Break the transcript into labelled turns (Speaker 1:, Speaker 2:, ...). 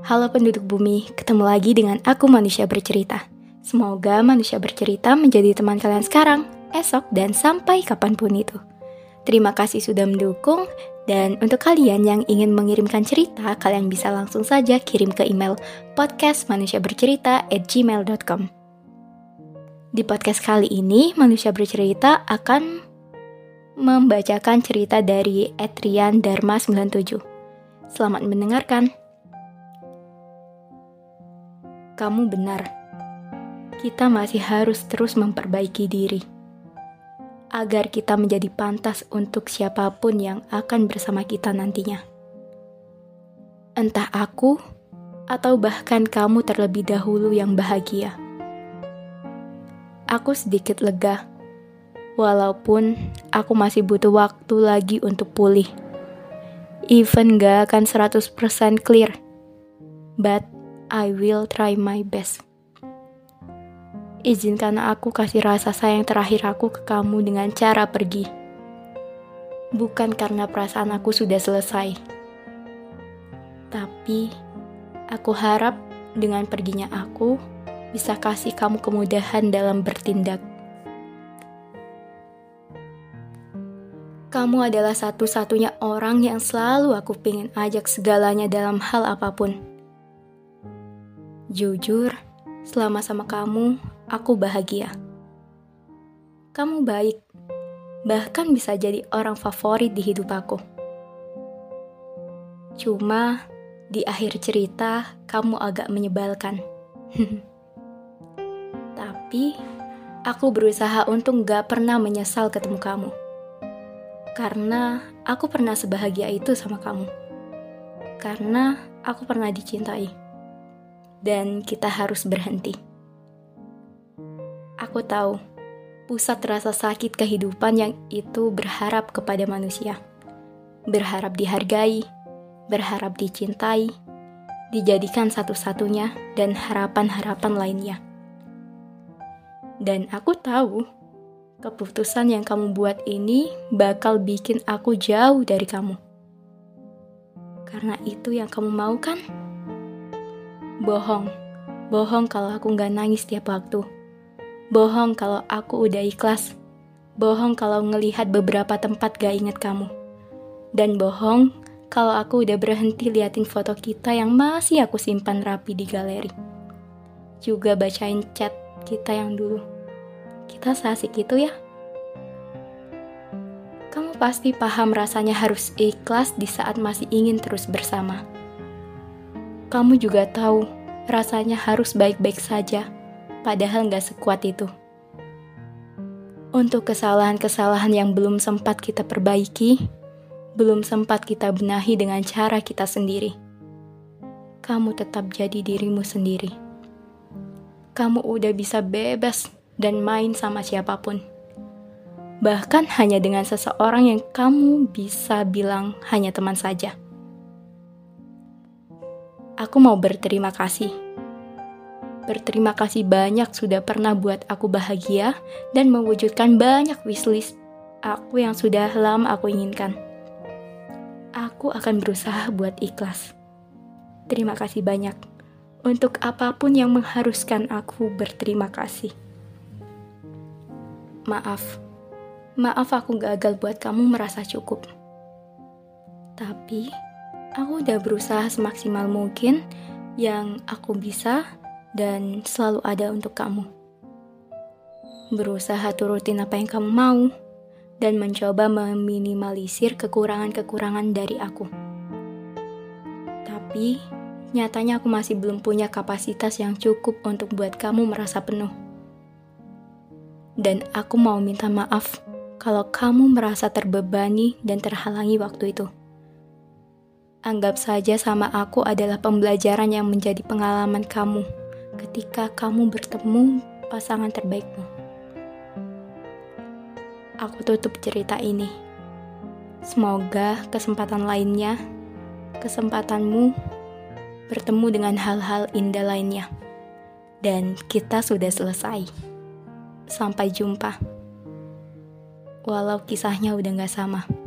Speaker 1: Halo penduduk bumi, ketemu lagi dengan aku Manusia Bercerita. Semoga Manusia Bercerita menjadi teman kalian sekarang, esok, dan sampai kapanpun itu. Terima kasih sudah mendukung, dan untuk kalian yang ingin mengirimkan cerita, kalian bisa langsung saja kirim ke email podcastmanusiabercerita@gmail.com. Di podcast kali ini, Manusia Bercerita akan membacakan cerita dari Etrian Dharma 97. Selamat mendengarkan. Kamu benar, kita masih harus terus memperbaiki diri, agar kita menjadi pantas untuk siapapun yang akan bersama kita nantinya. Entah aku, atau bahkan kamu terlebih dahulu yang bahagia. Aku sedikit lega, walaupun aku masih butuh waktu lagi untuk pulih. Even gak akan 100% clear, but I will try my best. Izinkan aku kasih rasa sayang terakhir aku ke kamu dengan cara pergi. Bukan karena perasaan aku sudah selesai. Tapi, aku harap dengan perginya aku bisa kasih kamu kemudahan dalam bertindak. Kamu adalah satu-satunya orang yang selalu aku pengen ajak segalanya dalam hal apapun. Jujur, selama sama kamu, aku bahagia. Kamu baik, bahkan bisa jadi orang favorit di hidup aku. Cuma, di akhir cerita, kamu agak menyebalkan. Tapi, aku berusaha untuk gak pernah menyesal ketemu kamu. Karena aku pernah sebahagia itu sama kamu. Karena aku pernah dicintai. Dan kita harus berhenti. Aku tahu, pusat rasa sakit kehidupan yang itu berharap kepada manusia. Berharap dihargai, berharap dicintai, dijadikan satu-satunya, dan harapan-harapan lainnya. Dan aku tahu, keputusan yang kamu buat ini bakal bikin aku jauh dari kamu. Karena itu yang kamu mau kan? Bohong kalau aku gak nangis tiap waktu. Bohong kalau aku udah ikhlas. Bohong kalau ngelihat beberapa tempat gak inget kamu. Dan bohong kalau aku udah berhenti liatin foto kita yang masih aku simpan rapi di galeri. Juga bacain chat kita yang dulu. Kita seasik itu ya. Kamu pasti paham rasanya harus ikhlas di saat masih ingin terus bersama. Kamu juga tahu, rasanya harus baik-baik saja, padahal gak sekuat itu. Untuk kesalahan-kesalahan yang belum sempat kita perbaiki, belum sempat kita benahi dengan cara kita sendiri, kamu tetap jadi dirimu sendiri. Kamu udah bisa bebas dan main sama siapapun. Bahkan hanya dengan seseorang yang kamu bisa bilang hanya teman saja. Aku mau berterima kasih. Berterima kasih banyak sudah pernah buat aku bahagia dan mewujudkan banyak wishlist aku yang sudah lama aku inginkan. Aku akan berusaha buat ikhlas. Terima kasih banyak untuk apapun yang mengharuskan aku berterima kasih. Maaf aku gagal buat kamu merasa cukup. Tapi aku udah berusaha semaksimal mungkin yang aku bisa dan selalu ada untuk kamu. Berusaha turutin apa yang kamu mau dan mencoba meminimalisir kekurangan-kekurangan dari aku. Tapi, nyatanya aku masih belum punya kapasitas yang cukup untuk buat kamu merasa penuh. Dan aku mau minta maaf kalau kamu merasa terbebani dan terhalangi waktu itu. Anggap saja sama aku adalah pembelajaran yang menjadi pengalaman kamu ketika kamu bertemu pasangan terbaikmu. Aku tutup cerita ini. Semoga kesempatan lainnya, kesempatanmu bertemu dengan hal-hal indah lainnya. Dan kita sudah selesai. Sampai jumpa. Walau kisahnya udah gak sama.